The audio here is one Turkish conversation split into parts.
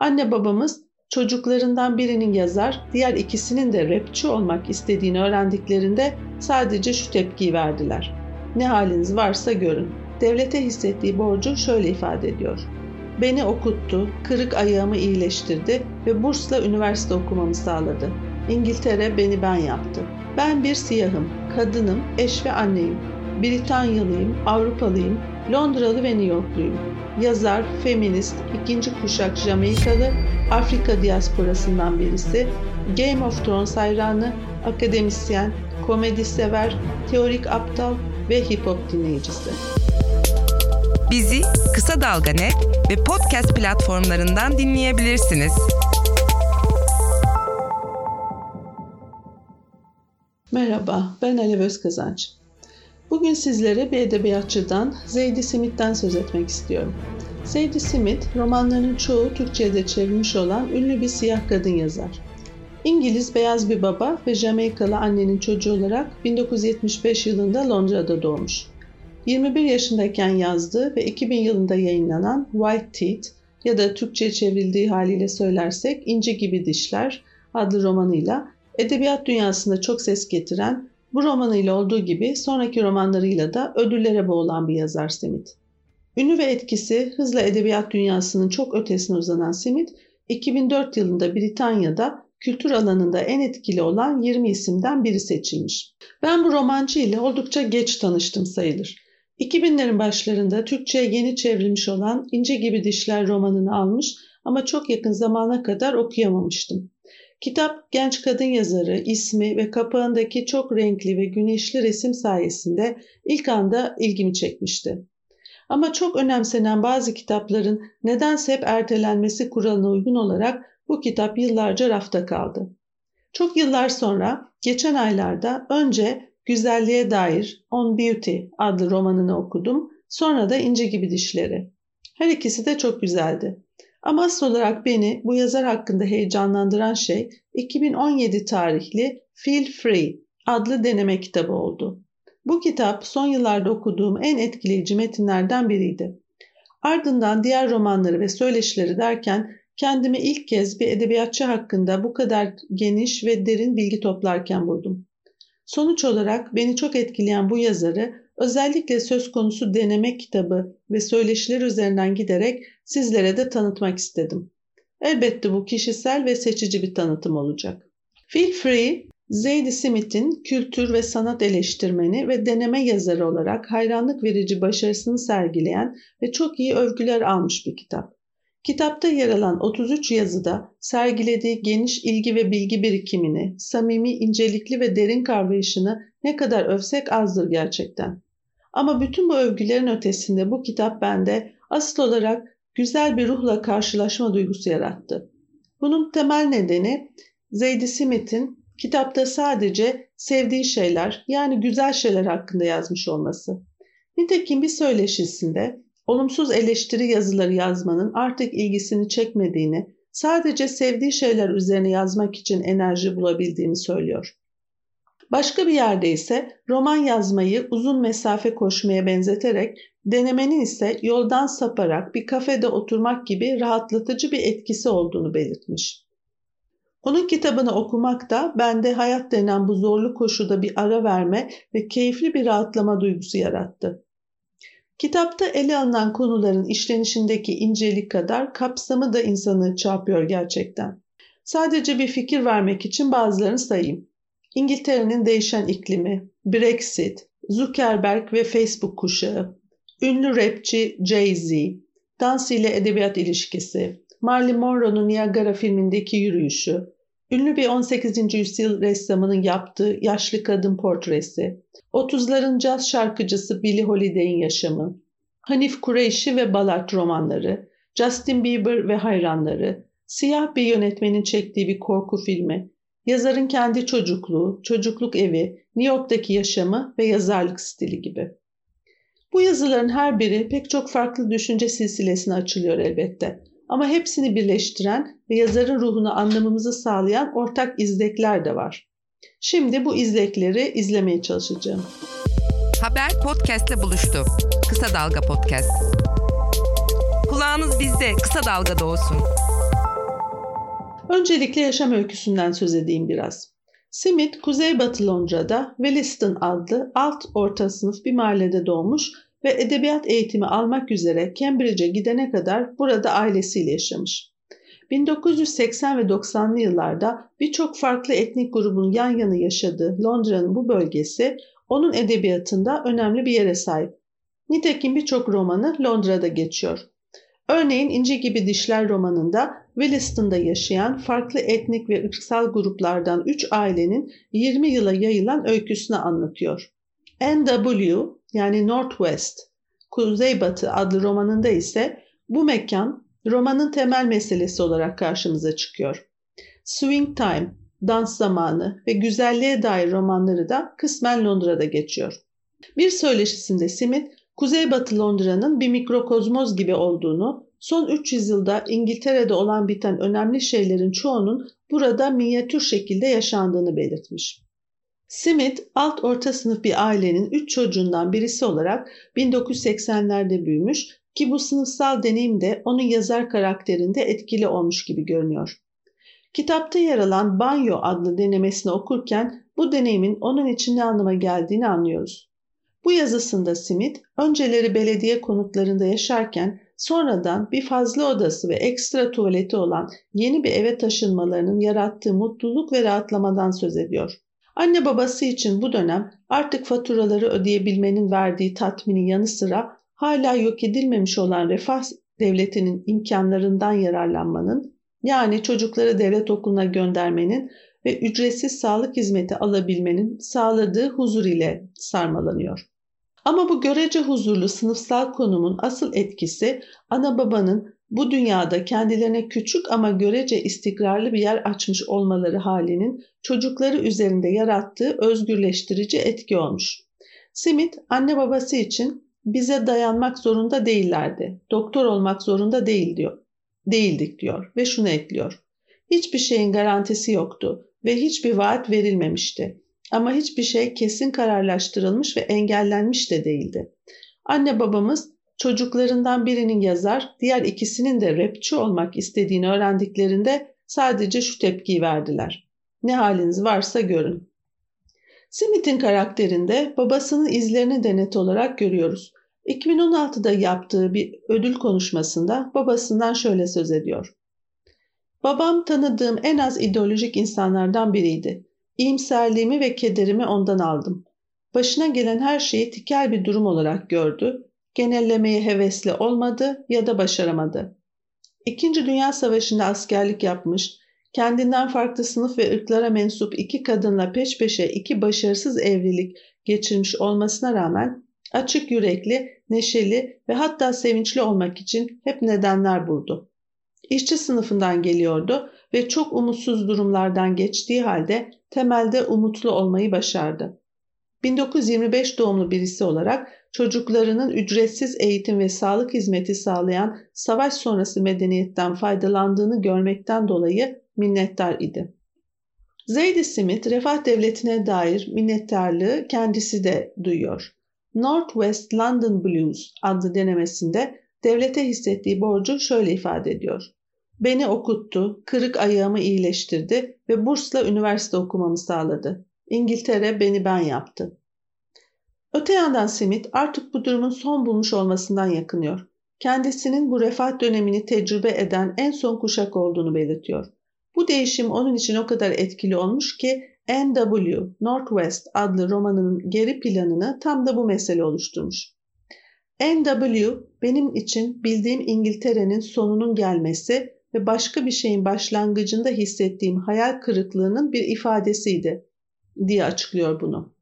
Anne babamız çocuklarından birinin yazar, diğer ikisinin de rapçi olmak istediğini öğrendiklerinde sadece şu tepkiyi verdiler: "Ne haliniz varsa görün." Devlete hissettiği borcu şöyle ifade ediyor: "Beni okuttu, kırık ayağımı iyileştirdi ve bursla üniversite okumamı sağladı. İngiltere beni ben yaptı. Ben bir siyahım, kadınım, eş ve anneyim. Britanyalıyım, Avrupalıyım, Londralı ve New Yorkluyum. Yazar, feminist, ikinci kuşak Jamaikalı, Afrika diasporasından birisi, Game of Thrones hayranı, akademisyen, komedi sever, teorik aptal ve hip hop dinleyicisi." Bizi Kısa Dalga Net ve podcast platformlarından dinleyebilirsiniz. Merhaba, ben Alev Özkazanç. Bugün sizlere bir edebiyatçıdan, Zadie Smith'ten söz etmek istiyorum. Zadie Smith, romanlarının çoğu Türkçe'ye de çevrilmiş olan ünlü bir siyah kadın yazar. İngiliz beyaz bir baba ve Jamaikalı annenin çocuğu olarak 1975 yılında Londra'da doğmuş. 21 yaşındayken yazdığı ve 2000 yılında yayınlanan White Teeth ya da Türkçe'ye çevrildiği haliyle söylersek İnci Gibi Dişler adlı romanıyla edebiyat dünyasında çok ses getiren, bu romanıyla olduğu gibi sonraki romanlarıyla da ödüllere boğulan bir yazar Smith. Ünlü ve etkisi hızla edebiyat dünyasının çok ötesine uzanan Smith, 2004 yılında Britanya'da kültür alanında en etkili olan 20 isimden biri seçilmiş. Ben bu romancı ile oldukça geç tanıştım sayılır. 2000'lerin başlarında Türkçe'ye yeni çevrilmiş olan İnci Gibi Dişler romanını almış ama çok yakın zamana kadar okuyamamıştım. Kitap, genç kadın yazarı, ismi ve kapağındaki çok renkli ve güneşli resim sayesinde ilk anda ilgimi çekmişti. Ama çok önemsenen bazı kitapların nedense hep ertelenmesi kuralına uygun olarak bu kitap yıllarca rafta kaldı. Çok yıllar sonra, geçen aylarda önce Güzelliğe Dair On Beauty adlı romanını okudum, sonra da İnci Gibi Dişleri. Her ikisi de çok güzeldi. Ama asıl olarak beni bu yazar hakkında heyecanlandıran şey 2017 tarihli Feel Free adlı deneme kitabı oldu. Bu kitap son yıllarda okuduğum en etkileyici metinlerden biriydi. Ardından diğer romanları ve söyleşileri derken kendimi ilk kez bir edebiyatçı hakkında bu kadar geniş ve derin bilgi toplarken buldum. Sonuç olarak beni çok etkileyen bu yazarı özellikle söz konusu deneme kitabı ve söyleşiler üzerinden giderek sizlere de tanıtmak istedim. Elbette bu kişisel ve seçici bir tanıtım olacak. Feel Free, Zadie Smith'in kültür ve sanat eleştirmeni ve deneme yazarı olarak hayranlık verici başarısını sergileyen ve çok iyi övgüler almış bir kitap. Kitapta yer alan 33 yazıda sergilediği geniş ilgi ve bilgi birikimini, samimi, incelikli ve derin kavrayışını ne kadar övsek azdır gerçekten. Ama bütün bu övgülerin ötesinde bu kitap bende asıl olarak güzel bir ruhla karşılaşma duygusu yarattı. Bunun temel nedeni Zadie Smith'in kitapta sadece sevdiği şeyler, yani güzel şeyler hakkında yazmış olması. Nitekim bir söyleşisinde olumsuz eleştiri yazıları yazmanın artık ilgisini çekmediğini, sadece sevdiği şeyler üzerine yazmak için enerji bulabildiğini söylüyor. Başka bir yerde ise roman yazmayı uzun mesafe koşmaya benzeterek, denemenin ise yoldan saparak bir kafede oturmak gibi rahatlatıcı bir etkisi olduğunu belirtmiş. Onun kitabını okumak da bende hayat denen bu zorlu koşuda bir ara verme ve keyifli bir rahatlama duygusu yarattı. Kitapta ele alınan konuların işlenişindeki incelik kadar kapsamı da insanı çarpıyor gerçekten. Sadece bir fikir vermek için bazılarını sayayım. İngiltere'nin değişen iklimi, Brexit, Zuckerberg ve Facebook kuşağı, ünlü rapçi Jay-Z, dans ile edebiyat ilişkisi, Marilyn Monroe'nun Niagara filmindeki yürüyüşü, ünlü bir 18. yüzyıl ressamının yaptığı yaşlı kadın portresi, 30'ların caz şarkıcısı Billie Holiday'in yaşamı, Hanif Kureyşi ve Balat romanları, Justin Bieber ve hayranları, siyah bir yönetmenin çektiği bir korku filmi, yazarın kendi çocukluğu, çocukluk evi, New York'taki yaşamı ve yazarlık stili gibi. Bu yazıların her biri pek çok farklı düşünce silsilesine açılıyor elbette. Ama hepsini birleştiren ve yazarın ruhunu anlamamızı sağlayan ortak izlekler de var. Şimdi bu izlekleri izlemeye çalışacağım. Haber podcast'le buluştu. Kısa Dalga Podcast. Kulağınız bizde, Kısa Dalga'da olsun. Öncelikle yaşam öyküsünden söz edeyim biraz. Smith, Kuzeybatı Londra'da Williston adlı alt orta sınıf bir mahallede doğmuş ve edebiyat eğitimi almak üzere Cambridge'e gidene kadar burada ailesiyle yaşamış. 1980 ve 90'lı yıllarda birçok farklı etnik grubun yan yana yaşadığı Londra'nın bu bölgesi onun edebiyatında önemli bir yere sahip. Nitekim birçok romanı Londra'da geçiyor. Örneğin İnci Gibi Dişler romanında Williston'da yaşayan farklı etnik ve ırksal gruplardan 3 ailenin 20 yıla yayılan öyküsünü anlatıyor. N.W. yani Northwest, Kuzeybatı adlı romanında ise bu mekan romanın temel meselesi olarak karşımıza çıkıyor. Swing Time, Dans Zamanı ve Güzelliğe dair romanları da kısmen Londra'da geçiyor. Bir söyleşisinde Smith, Kuzeybatı Londra'nın bir mikrokozmoz gibi olduğunu, son 300 yılda İngiltere'de olan biten önemli şeylerin çoğunun burada minyatür şekilde yaşandığını belirtmiş. Smith, alt orta sınıf bir ailenin 3 çocuğundan birisi olarak 1980'lerde büyümüş ki bu sınıfsal deneyim de onun yazar karakterinde etkili olmuş gibi görünüyor. Kitapta yer alan Banyo adlı denemesini okurken bu deneyimin onun için ne anlama geldiğini anlıyoruz. Bu yazısında Smith, önceleri belediye konutlarında yaşarken sonradan bir fazla odası ve ekstra tuvaleti olan yeni bir eve taşınmalarının yarattığı mutluluk ve rahatlamadan söz ediyor. Anne babası için bu dönem artık faturaları ödeyebilmenin verdiği tatminin yanı sıra hala yok edilmemiş olan refah devletinin imkanlarından yararlanmanın, yani çocukları devlet okuluna göndermenin ve ücretsiz sağlık hizmeti alabilmenin sağladığı huzur ile sarmalanıyor. Ama bu görece huzurlu sınıfsal konumun asıl etkisi ana babanın bu dünyada kendilerine küçük ama görece istikrarlı bir yer açmış olmaları halinin çocukları üzerinde yarattığı özgürleştirici etki olmuş. Smith, anne babası için bize dayanmak zorunda değillerdi, doktor olmak zorunda değildik diyor ve şunu ekliyor. Hiçbir şeyin garantisi yoktu ve hiçbir vaat verilmemişti. Ama hiçbir şey kesin kararlaştırılmış ve engellenmiş de değildi. Anne babamız çocuklarından birinin yazar, diğer ikisinin de rapçi olmak istediğini öğrendiklerinde sadece şu tepkiyi verdiler. Ne haliniz varsa görün. Smith'in karakterinde babasının izlerini de net olarak görüyoruz. 2016'da yaptığı bir ödül konuşmasında babasından şöyle söz ediyor. Babam tanıdığım en az ideolojik insanlardan biriydi. İyimserliğimi ve kederimi ondan aldım. Başına gelen her şeyi tikel bir durum olarak gördü, genellemeye hevesli olmadı ya da başaramadı. İkinci Dünya Savaşı'nda askerlik yapmış, kendinden farklı sınıf ve ırklara mensup 2 kadınla peş peşe 2 başarısız evlilik geçirmiş olmasına rağmen açık yürekli, neşeli ve hatta sevinçli olmak için hep nedenler buldu. İşçi sınıfından geliyordu ve çok umutsuz durumlardan geçtiği halde temelde umutlu olmayı başardı. 1925 doğumlu birisi olarak çocuklarının ücretsiz eğitim ve sağlık hizmeti sağlayan savaş sonrası medeniyetten faydalandığını görmekten dolayı minnettar idi. Zadie Smith, refah devletine dair minnettarlığı kendisi de duyuyor. Northwest London Blues adlı denemesinde devlete hissettiği borcu şöyle ifade ediyor. Beni okuttu, kırık ayağımı iyileştirdi ve bursla üniversite okumamı sağladı. İngiltere beni ben yaptı. Öte yandan Smith artık bu durumun son bulmuş olmasından yakınıyor. Kendisinin bu refah dönemini tecrübe eden en son kuşak olduğunu belirtiyor. Bu değişim onun için o kadar etkili olmuş ki N.W. Northwest adlı romanının geri planını tam da bu mesele oluşturmuş. N.W. benim için bildiğim İngiltere'nin sonunun gelmesi ve başka bir şeyin başlangıcında hissettiğim hayal kırıklığının bir ifadesiydi diye açıklıyor bunu.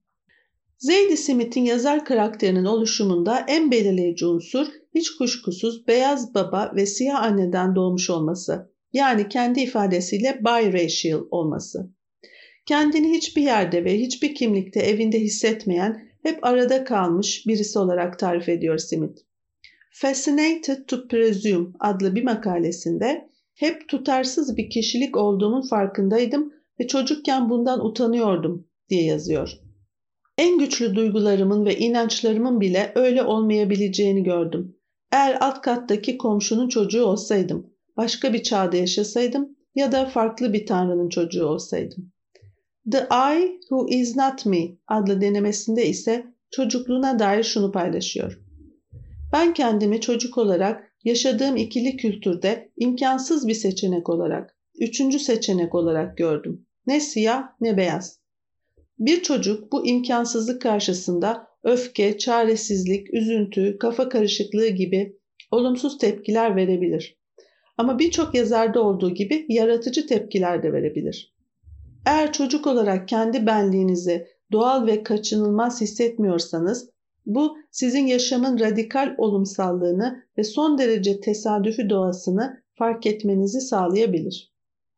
Zadie Smith'in yazar karakterinin oluşumunda en belirleyici unsur hiç kuşkusuz beyaz baba ve siyah anneden doğmuş olması, yani kendi ifadesiyle biracial olması. Kendini hiçbir yerde ve hiçbir kimlikte evinde hissetmeyen, hep arada kalmış birisi olarak tarif ediyor Smith. Fascinated to Presume adlı bir makalesinde hep tutarsız bir kişilik olduğumun farkındaydım ve çocukken bundan utanıyordum diye yazıyor. En güçlü duygularımın ve inançlarımın bile öyle olmayabileceğini gördüm. Eğer alt kattaki komşunun çocuğu olsaydım, başka bir çağda yaşasaydım ya da farklı bir tanrının çocuğu olsaydım. The I Who Is Not Me adlı denemesinde ise çocukluğuna dair şunu paylaşıyor. Ben kendimi çocuk olarak yaşadığım ikili kültürde imkansız bir seçenek olarak, üçüncü seçenek olarak gördüm. Ne siyah ne beyaz. Bir çocuk bu imkansızlık karşısında öfke, çaresizlik, üzüntü, kafa karışıklığı gibi olumsuz tepkiler verebilir. Ama birçok yazarda olduğu gibi yaratıcı tepkiler de verebilir. Eğer çocuk olarak kendi benliğinizi doğal ve kaçınılmaz hissetmiyorsanız, bu sizin yaşamın radikal olumsallığını ve son derece tesadüfi doğasını fark etmenizi sağlayabilir.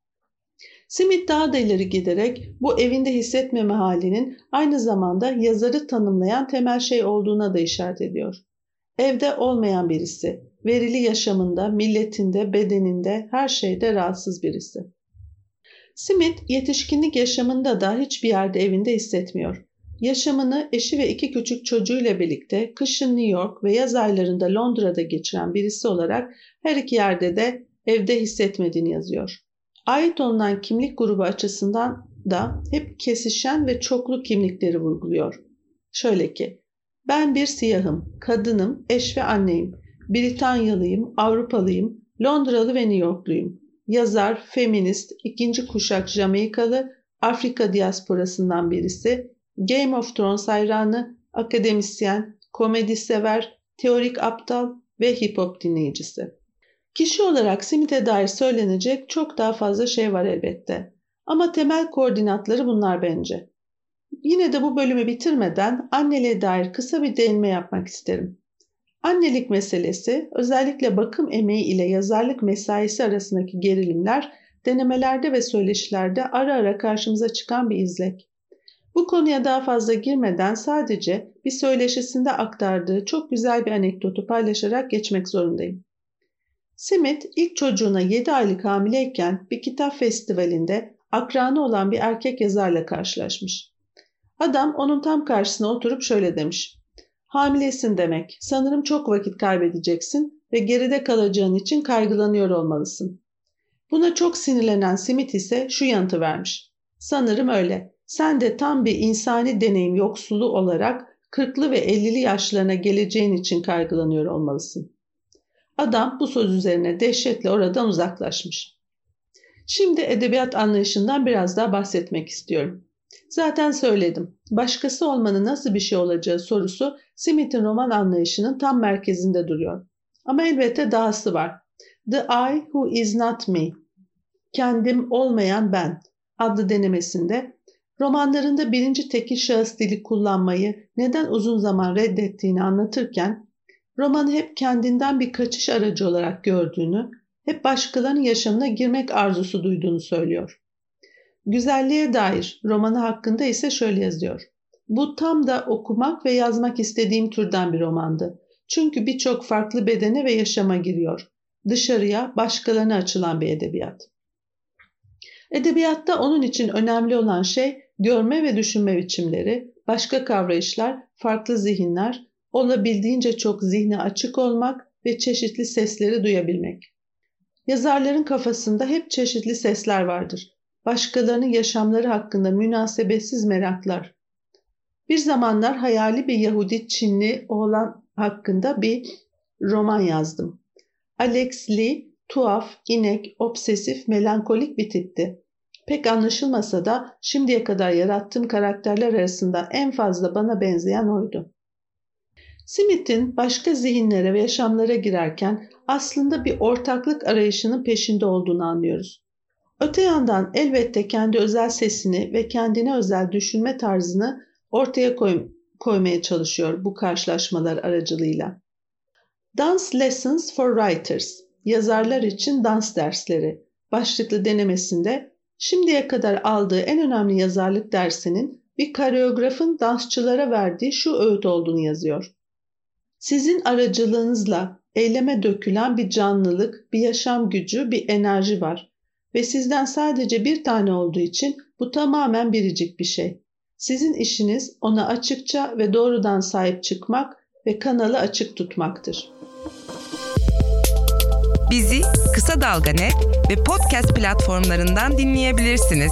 Smith daha da ileri giderek bu evinde hissetmeme halinin aynı zamanda yazarı tanımlayan temel şey olduğuna da işaret ediyor. Evde olmayan birisi, verili yaşamında, milletinde, bedeninde, her şeyde rahatsız birisi. Smith yetişkinlik yaşamında da hiçbir yerde evinde hissetmiyor. Yaşamını eşi ve 2 küçük çocuğuyla birlikte kışın New York ve yaz aylarında Londra'da geçiren birisi olarak her iki yerde de evde hissetmediğini yazıyor. Ait olunan kimlik grubu açısından da hep kesişen ve çoklu kimlikleri vurguluyor. Şöyle ki, ben bir siyahım, kadınım, eş ve anneyim, Britanyalıyım, Avrupalıyım, Londralı ve New Yorkluyum. Yazar, feminist, 2. kuşak Jamaikalı, Afrika diasporasından birisi, Game of Thrones hayranı, akademisyen, komedi sever, teorik aptal ve hip hop dinleyicisi. Kişi olarak Smith'e dair söylenecek çok daha fazla şey var elbette. Ama temel koordinatları bunlar bence. Yine de bu bölümü bitirmeden anneliğe dair kısa bir değinme yapmak isterim. Annelik meselesi, özellikle bakım emeği ile yazarlık mesaisi arasındaki gerilimler, denemelerde ve söyleşilerde ara ara karşımıza çıkan bir izlek. Bu konuya daha fazla girmeden sadece bir söyleşisinde aktardığı çok güzel bir anekdotu paylaşarak geçmek zorundayım. Smith ilk çocuğuna 7 aylık hamileyken bir kitap festivalinde akranı olan bir erkek yazarla karşılaşmış. Adam onun tam karşısına oturup şöyle demiş. Hamilesin demek, sanırım çok vakit kaybedeceksin ve geride kalacağın için kaygılanıyor olmalısın. Buna çok sinirlenen Smith ise şu yanıtı vermiş. Sanırım öyle. Sen de tam bir insani deneyim yoksulu olarak 40'lı ve 50'li yaşlarına geleceğin için kaygılanıyor olmalısın. Adam bu söz üzerine dehşetle oradan uzaklaşmış. Şimdi edebiyat anlayışından biraz daha bahsetmek istiyorum. Zaten söyledim. Başkası olmanın nasıl bir şey olacağı sorusu Smith'in roman anlayışının tam merkezinde duruyor. Ama elbette dahası var. The I Who Is Not Me, Kendim Olmayan Ben adlı denemesinde romanlarında birinci tekil şahıs dili kullanmayı neden uzun zaman reddettiğini anlatırken romanı hep kendinden bir kaçış aracı olarak gördüğünü, hep başkalarının yaşamına girmek arzusu duyduğunu söylüyor. Güzelliğe dair romanı hakkında ise şöyle yazıyor. Bu tam da okumak ve yazmak istediğim türden bir romandı. Çünkü birçok farklı bedene ve yaşama giriyor. Dışarıya, başkalarına açılan bir edebiyat. Edebiyatta onun için önemli olan şey görme ve düşünme biçimleri, başka kavrayışlar, farklı zihinler, olabildiğince çok zihne açık olmak ve çeşitli sesleri duyabilmek. Yazarların kafasında hep çeşitli sesler vardır. Başkalarının yaşamları hakkında münasebetsiz meraklar. Bir zamanlar hayali bir Yahudi Çinli oğlan hakkında bir roman yazdım. Alex Lee tuhaf, inek, obsesif, melankolik bir tipti. Pek anlaşılmasa da şimdiye kadar yarattığım karakterler arasında en fazla bana benzeyen oydu. Smith'in başka zihinlere ve yaşamlara girerken aslında bir ortaklık arayışının peşinde olduğunu anlıyoruz. Öte yandan elbette kendi özel sesini ve kendine özel düşünme tarzını ortaya koymaya çalışıyor bu karşılaşmalar aracılığıyla. Dance Lessons for Writers, yazarlar için dans dersleri başlıklı denemesinde şimdiye kadar aldığı en önemli yazarlık dersinin bir koreografın dansçılara verdiği şu öğüt olduğunu yazıyor. Sizin aracılığınızla eyleme dökülen bir canlılık, bir yaşam gücü, bir enerji var ve sizden sadece bir tane olduğu için bu tamamen biricik bir şey. Sizin işiniz ona açıkça ve doğrudan sahip çıkmak ve kanalı açık tutmaktır. Bizi Kısa Dalga Net ve podcast platformlarından dinleyebilirsiniz.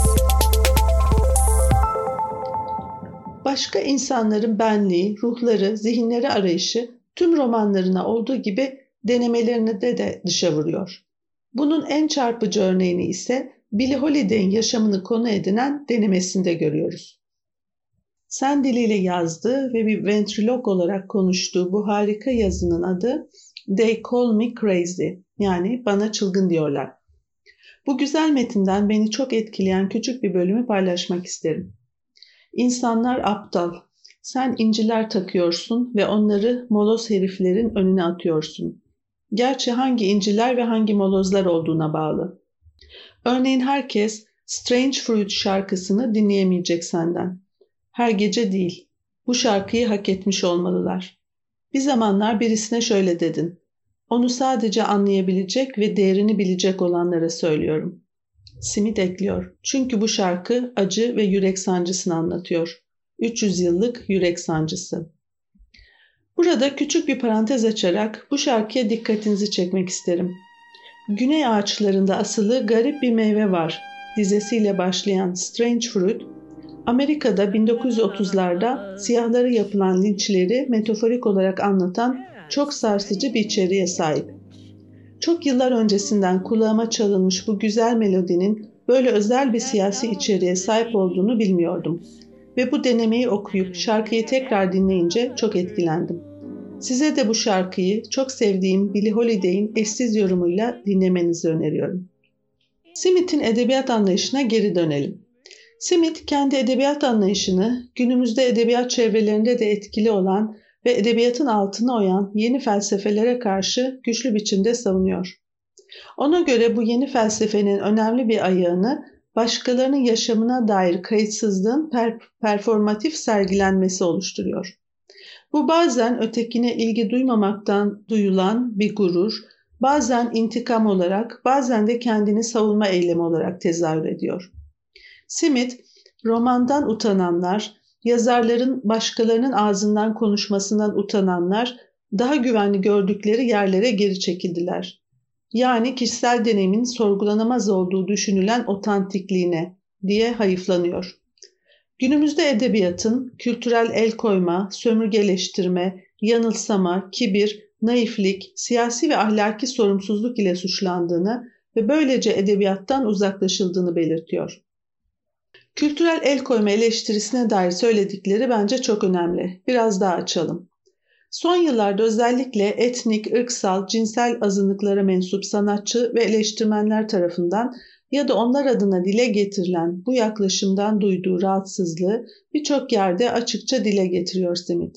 Başka insanların benliği, ruhları, zihinleri arayışı tüm romanlarına olduğu gibi denemelerini de dışa vuruyor. Bunun en çarpıcı örneğini ise Billie Holiday'in yaşamını konu edinen denemesinde görüyoruz. Sen diliyle yazdığı ve bir ventriloq olarak konuştuğu bu harika yazının adı They Call Me Crazy, yani bana çılgın diyorlar. Bu güzel metinden beni çok etkileyen küçük bir bölümü paylaşmak isterim. İnsanlar aptal. Sen inciler takıyorsun ve onları moloz heriflerin önüne atıyorsun. Gerçi hangi inciler ve hangi molozlar olduğuna bağlı. Örneğin herkes Strange Fruit şarkısını dinleyemeyecek senden. Her gece değil. Bu şarkıyı hak etmiş olmalılar. Bir zamanlar birisine şöyle dedin. Onu sadece anlayabilecek ve değerini bilecek olanlara söylüyorum. Smith ekliyor. Çünkü bu şarkı acı ve yürek sancısını anlatıyor. 300 yıllık yürek sancısı. Burada küçük bir parantez açarak bu şarkıya dikkatinizi çekmek isterim. Güney ağaçlarında asılı garip bir meyve var. Dizesiyle başlayan Strange Fruit, Amerika'da 1930'larda siyahlara yapılan linçleri metaforik olarak anlatan çok sarsıcı bir içeriğe sahip. Çok yıllar öncesinden kulağıma çalınmış bu güzel melodinin böyle özel bir siyasi içeriğe sahip olduğunu bilmiyordum. Ve bu denemeyi okuyup şarkıyı tekrar dinleyince çok etkilendim. Size de bu şarkıyı çok sevdiğim Billie Holiday'in eşsiz yorumuyla dinlemenizi öneriyorum. Smith'in edebiyat anlayışına geri dönelim. Smith kendi edebiyat anlayışını günümüzde edebiyat çevrelerinde de etkili olan ve edebiyatın altına oyan yeni felsefelere karşı güçlü biçimde savunuyor. Ona göre bu yeni felsefenin önemli bir ayağını başkalarının yaşamına dair kayıtsızlığın performatif sergilenmesi oluşturuyor. Bu bazen ötekine ilgi duymamaktan duyulan bir gurur, bazen intikam olarak, bazen de kendini savunma eylemi olarak tezahür ediyor. Smith, romandan utananlar, yazarların başkalarının ağzından konuşmasından utananlar daha güvenli gördükleri yerlere geri çekildiler. Yani kişisel deneyimin sorgulanamaz olduğu düşünülen otantikliğine diye hayıflanıyor. Günümüzde edebiyatın kültürel el koyma, sömürgeleştirme, yanılsama, kibir, naiflik, siyasi ve ahlaki sorumsuzluk ile suçlandığını ve böylece edebiyattan uzaklaşıldığını belirtiyor. Kültürel el koyma eleştirisine dair söyledikleri bence çok önemli. Biraz daha açalım. Son yıllarda özellikle etnik, ırksal, cinsel azınlıklara mensup sanatçı ve eleştirmenler tarafından ya da onlar adına dile getirilen bu yaklaşımdan duyduğu rahatsızlığı birçok yerde açıkça dile getiriyor Smith.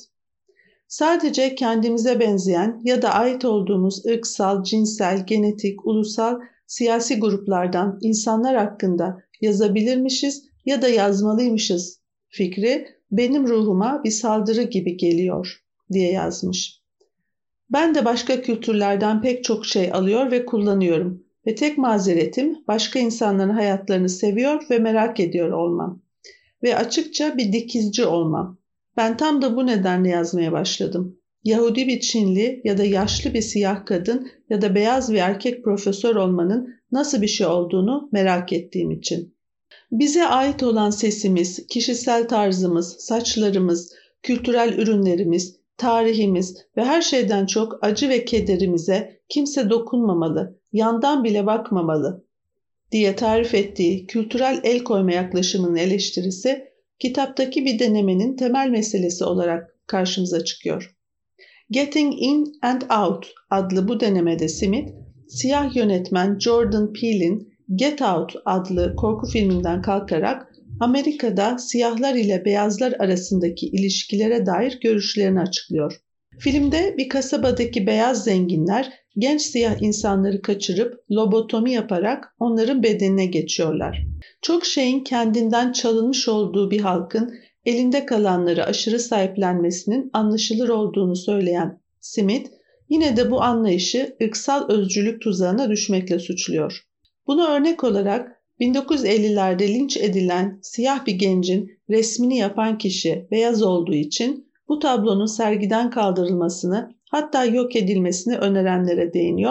Sadece kendimize benzeyen ya da ait olduğumuz ırksal, cinsel, genetik, ulusal, siyasi gruplardan insanlar hakkında yazabilirmişiz ya da yazmalıymışız fikri benim ruhuma bir saldırı gibi geliyor diye yazmış. Ben de başka kültürlerden pek çok şey alıyor ve kullanıyorum ve tek mazeretim başka insanların hayatlarını seviyor ve merak ediyor olmam ve açıkça bir dikizci olmam. Ben tam da bu nedenle yazmaya başladım. Yahudi bir Çinli ya da yaşlı bir siyah kadın ya da beyaz bir erkek profesör olmanın nasıl bir şey olduğunu merak ettiğim için. Bize ait olan sesimiz, kişisel tarzımız, saçlarımız, kültürel ürünlerimiz, tarihimiz ve her şeyden çok acı ve kederimize kimse dokunmamalı, yandan bile bakmamalı diye tarif ettiği kültürel el koyma yaklaşımının eleştirisi kitaptaki bir denemenin temel meselesi olarak karşımıza çıkıyor. Getting In and Out adlı bu denemede Smith, siyah yönetmen Jordan Peele'in Get Out adlı korku filminden kalkarak Amerika'da siyahlar ile beyazlar arasındaki ilişkilere dair görüşlerini açıklıyor. Filmde bir kasabadaki beyaz zenginler genç siyah insanları kaçırıp lobotomi yaparak onların bedenine geçiyorlar. Çok şeyin kendinden çalınmış olduğu bir halkın elinde kalanları aşırı sahiplenmesinin anlaşılır olduğunu söyleyen Smith, yine de bu anlayışı ırksal özcülük tuzağına düşmekle suçluyor. Buna örnek olarak 1950'lerde linç edilen siyah bir gencin resmini yapan kişi beyaz olduğu için bu tablonun sergiden kaldırılmasını, hatta yok edilmesini önerenlere değiniyor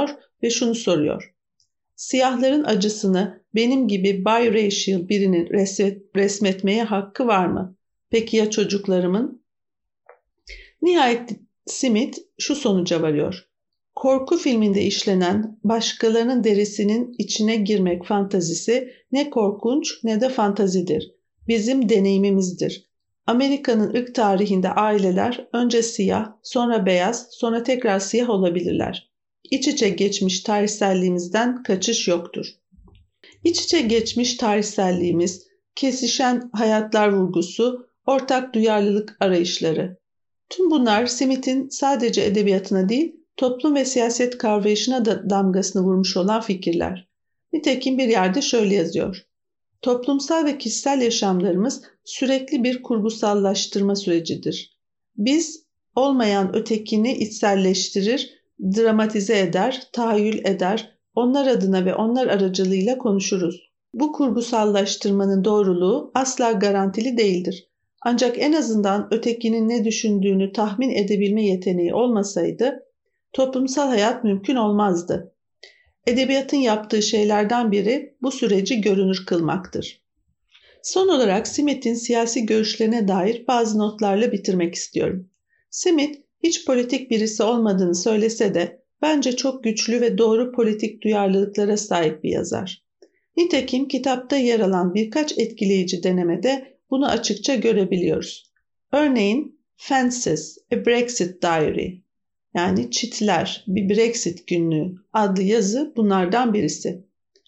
ve şunu soruyor. Siyahların acısını benim gibi biracial birinin resmetmeye hakkı var mı? Peki ya çocuklarımın? Nihayet Smith şu sonuca varıyor. Korku filminde işlenen başkalarının derisinin içine girmek fantazisi ne korkunç ne de fantazidir. Bizim deneyimimizdir. Amerika'nın ırk tarihinde aileler önce siyah, sonra beyaz, sonra tekrar siyah olabilirler. İç içe geçmiş tarihselliğimizden kaçış yoktur. İç içe geçmiş tarihselliğimiz, kesişen hayatlar vurgusu, ortak duyarlılık arayışları. Tüm bunlar Smith'in sadece edebiyatına değil, toplum ve siyaset kavrayışına da damgasını vurmuş olan fikirler. Nitekim bir yerde şöyle yazıyor. Toplumsal ve kişisel yaşamlarımız sürekli bir kurgusallaştırma sürecidir. Biz olmayan ötekini içselleştirir, dramatize eder, tahayyül eder, onlar adına ve onlar aracılığıyla konuşuruz. Bu kurgusallaştırmanın doğruluğu asla garantili değildir. Ancak en azından ötekinin ne düşündüğünü tahmin edebilme yeteneği olmasaydı, toplumsal hayat mümkün olmazdı. Edebiyatın yaptığı şeylerden biri bu süreci görünür kılmaktır. Son olarak Smith'in siyasi görüşlerine dair bazı notlarla bitirmek istiyorum. Smith hiç politik birisi olmadığını söylese de bence çok güçlü ve doğru politik duyarlılıklara sahip bir yazar. Nitekim kitapta yer alan birkaç etkileyici denemede bunu açıkça görebiliyoruz. Örneğin Fences, A Brexit Diary yani Çitler, bir Brexit günlüğü adlı yazı bunlardan birisi.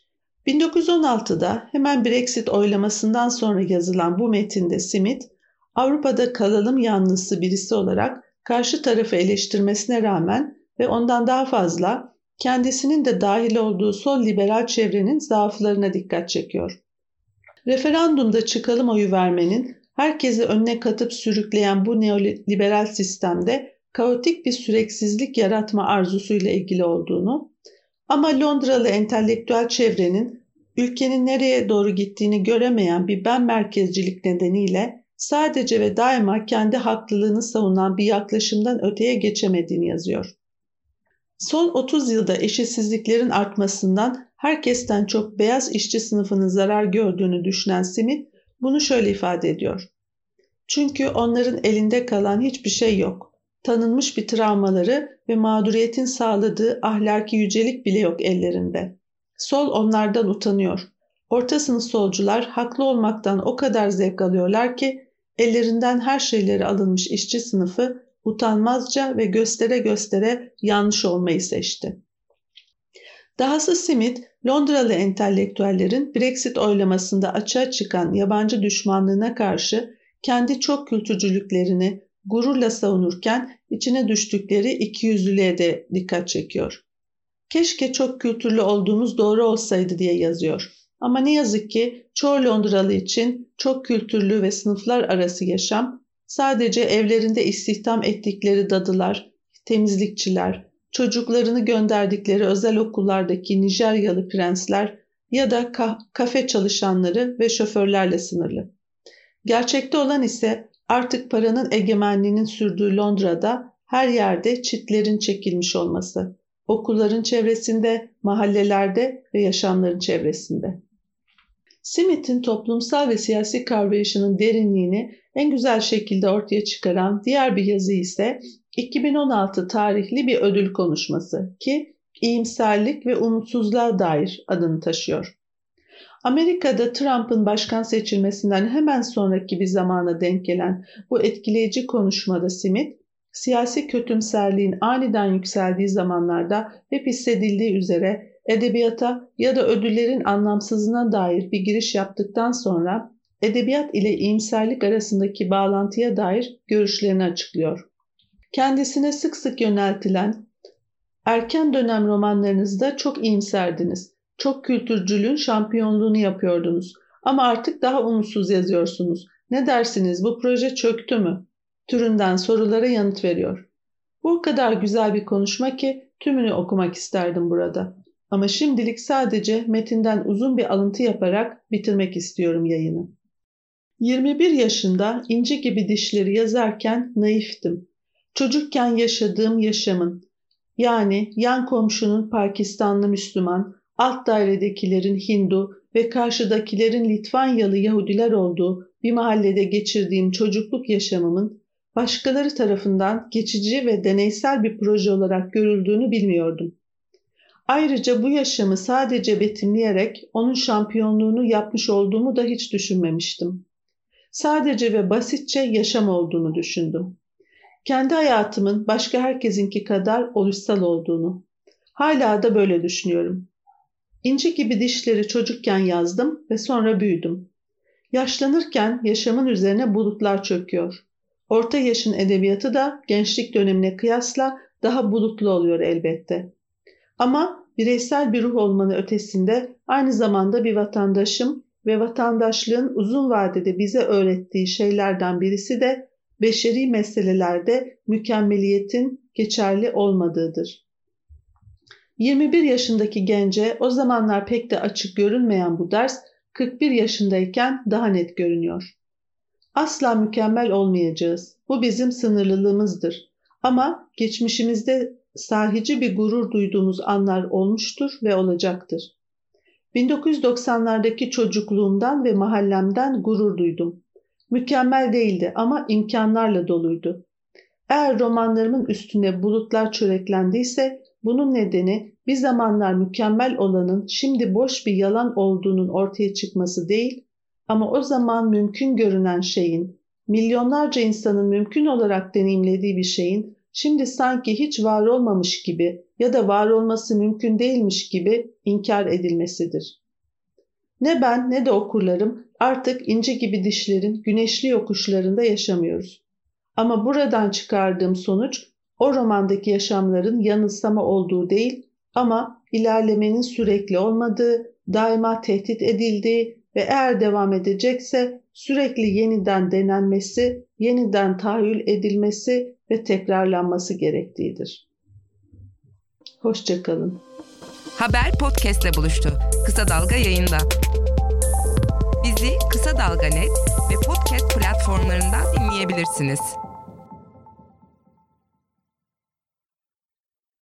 1916'da hemen Brexit oylamasından sonra yazılan bu metinde Smith, Avrupa'da kalalım yanlısı birisi olarak karşı tarafı eleştirmesine rağmen ve ondan daha fazla kendisinin de dahil olduğu sol liberal çevrenin zaaflarına dikkat çekiyor. Referandumda çıkalım oyu vermenin herkesi önüne katıp sürükleyen bu neoliberal sistemde kaotik bir süreksizlik yaratma arzusuyla ilgili olduğunu ama Londralı entelektüel çevrenin ülkenin nereye doğru gittiğini göremeyen bir ben merkezcilik nedeniyle sadece ve daima kendi haklılığını savunan bir yaklaşımdan öteye geçemediğini yazıyor. Son 30 yılda eşitsizliklerin artmasından herkesten çok beyaz işçi sınıfının zarar gördüğünü düşünen Smith bunu şöyle ifade ediyor. Çünkü onların elinde kalan hiçbir şey yok. Tanınmış bir travmaları ve mağduriyetin sağladığı ahlaki yücelik bile yok ellerinde. Sol onlardan utanıyor. Orta sınıf solcular haklı olmaktan o kadar zevk alıyorlar ki ellerinden her şeyleri alınmış işçi sınıfı utanmazca ve göstere göstere yanlış olmayı seçti. Dahası Smith, Londralı entelektüellerin Brexit oylamasında açığa çıkan yabancı düşmanlığına karşı kendi çok kültürcülüklerini gururla savunurken içine düştükleri ikiyüzlülüğe de dikkat çekiyor. Keşke çok kültürlü olduğumuz doğru olsaydı diye yazıyor. Ama ne yazık ki çoğu Londralı için çok kültürlü ve sınıflar arası yaşam sadece evlerinde istihdam ettikleri dadılar, temizlikçiler, çocuklarını gönderdikleri özel okullardaki Nijeryalı prensler ya da kafe çalışanları ve şoförlerle sınırlı. Gerçekte olan ise artık paranın egemenliğinin sürdüğü Londra'da her yerde çitlerin çekilmiş olması, okulların çevresinde, mahallelerde ve yaşamların çevresinde. Smith'in toplumsal ve siyasi kavrayışının derinliğini en güzel şekilde ortaya çıkaran diğer bir yazı ise 2016 tarihli bir ödül konuşması ki iyimserlik ve umutsuzluğa dair adını taşıyor. Amerika'da Trump'ın başkan seçilmesinden hemen sonraki bir zamana denk gelen bu etkileyici konuşmada Smith, siyasi kötümserliğin aniden yükseldiği zamanlarda hep hissedildiği üzere edebiyata ya da ödüllerin anlamsızlığına dair bir giriş yaptıktan sonra edebiyat ile iyimserlik arasındaki bağlantıya dair görüşlerini açıklıyor. Kendisine sık sık yöneltilen erken dönem romanlarınızda çok iyimserdiniz, çok kültürcülüğün şampiyonluğunu yapıyordunuz ama artık daha umutsuz yazıyorsunuz. Ne dersiniz, bu proje çöktü mü? Türünden sorulara yanıt veriyor. Bu o kadar güzel bir konuşma ki tümünü okumak isterdim burada. Ama şimdilik sadece metinden uzun bir alıntı yaparak bitirmek istiyorum yayını. 21 yaşında inci gibi dişleri yazarken naiftim. Çocukken yaşadığım yaşamın, Yani yan komşunun Pakistanlı Müslüman, alt dairedekilerin Hindu ve karşıdakilerin Litvanyalı Yahudiler olduğu bir mahallede geçirdiğim çocukluk yaşamımın başkaları tarafından geçici ve deneysel bir proje olarak görüldüğünü bilmiyordum. Ayrıca bu yaşamı sadece betimleyerek onun şampiyonluğunu yapmış olduğumu da hiç düşünmemiştim. Sadece ve basitçe yaşam olduğunu düşündüm. Kendi hayatımın başka herkesinki kadar oluşsal olduğunu. Hala da böyle düşünüyorum. İnci gibi dişleri çocukken yazdım ve sonra büyüdüm. Yaşlanırken yaşamın üzerine bulutlar çöküyor. Orta yaşın edebiyatı da gençlik dönemine kıyasla daha bulutlu oluyor elbette. Ama bireysel bir ruh olmanın ötesinde aynı zamanda bir vatandaşım ve vatandaşlığın uzun vadede bize öğrettiği şeylerden birisi de beşeri meselelerde mükemmeliyetin geçerli olmadığıdır. 21 yaşındaki gence o zamanlar pek de açık görünmeyen bu ders 41 yaşındayken daha net görünüyor. Asla mükemmel olmayacağız. Bu bizim sınırlılığımızdır. Ama geçmişimizde sahici bir gurur duyduğumuz anlar olmuştur ve olacaktır. 1990'lardaki çocukluğumdan ve mahallemden gurur duydum. Mükemmel değildi ama imkanlarla doluydu. Eğer romanlarımın üstüne bulutlar çöreklendiyse bunun nedeni bir zamanlar mükemmel olanın şimdi boş bir yalan olduğunun ortaya çıkması değil, ama o zaman mümkün görünen şeyin, milyonlarca insanın mümkün olarak deneyimlediği bir şeyin şimdi sanki hiç var olmamış gibi ya da var olması mümkün değilmiş gibi inkar edilmesidir. Ne ben ne de okurlarım artık inci gibi dişlerin güneşli yokuşlarında yaşamıyoruz. Ama buradan çıkardığım sonuç o romandaki yaşamların yanılsama olduğu değil ama ilerlemenin sürekli olmadığı, daima tehdit edildiği ve eğer devam edecekse sürekli yeniden denenmesi, yeniden tahayyül edilmesi ve tekrarlanması gerektiğidir. Hoşça kalın. Haber podcast'le buluştu. Kısa Dalga yayında. Bizi Kısa Dalga.net ve podcast platformlarından dinleyebilirsiniz.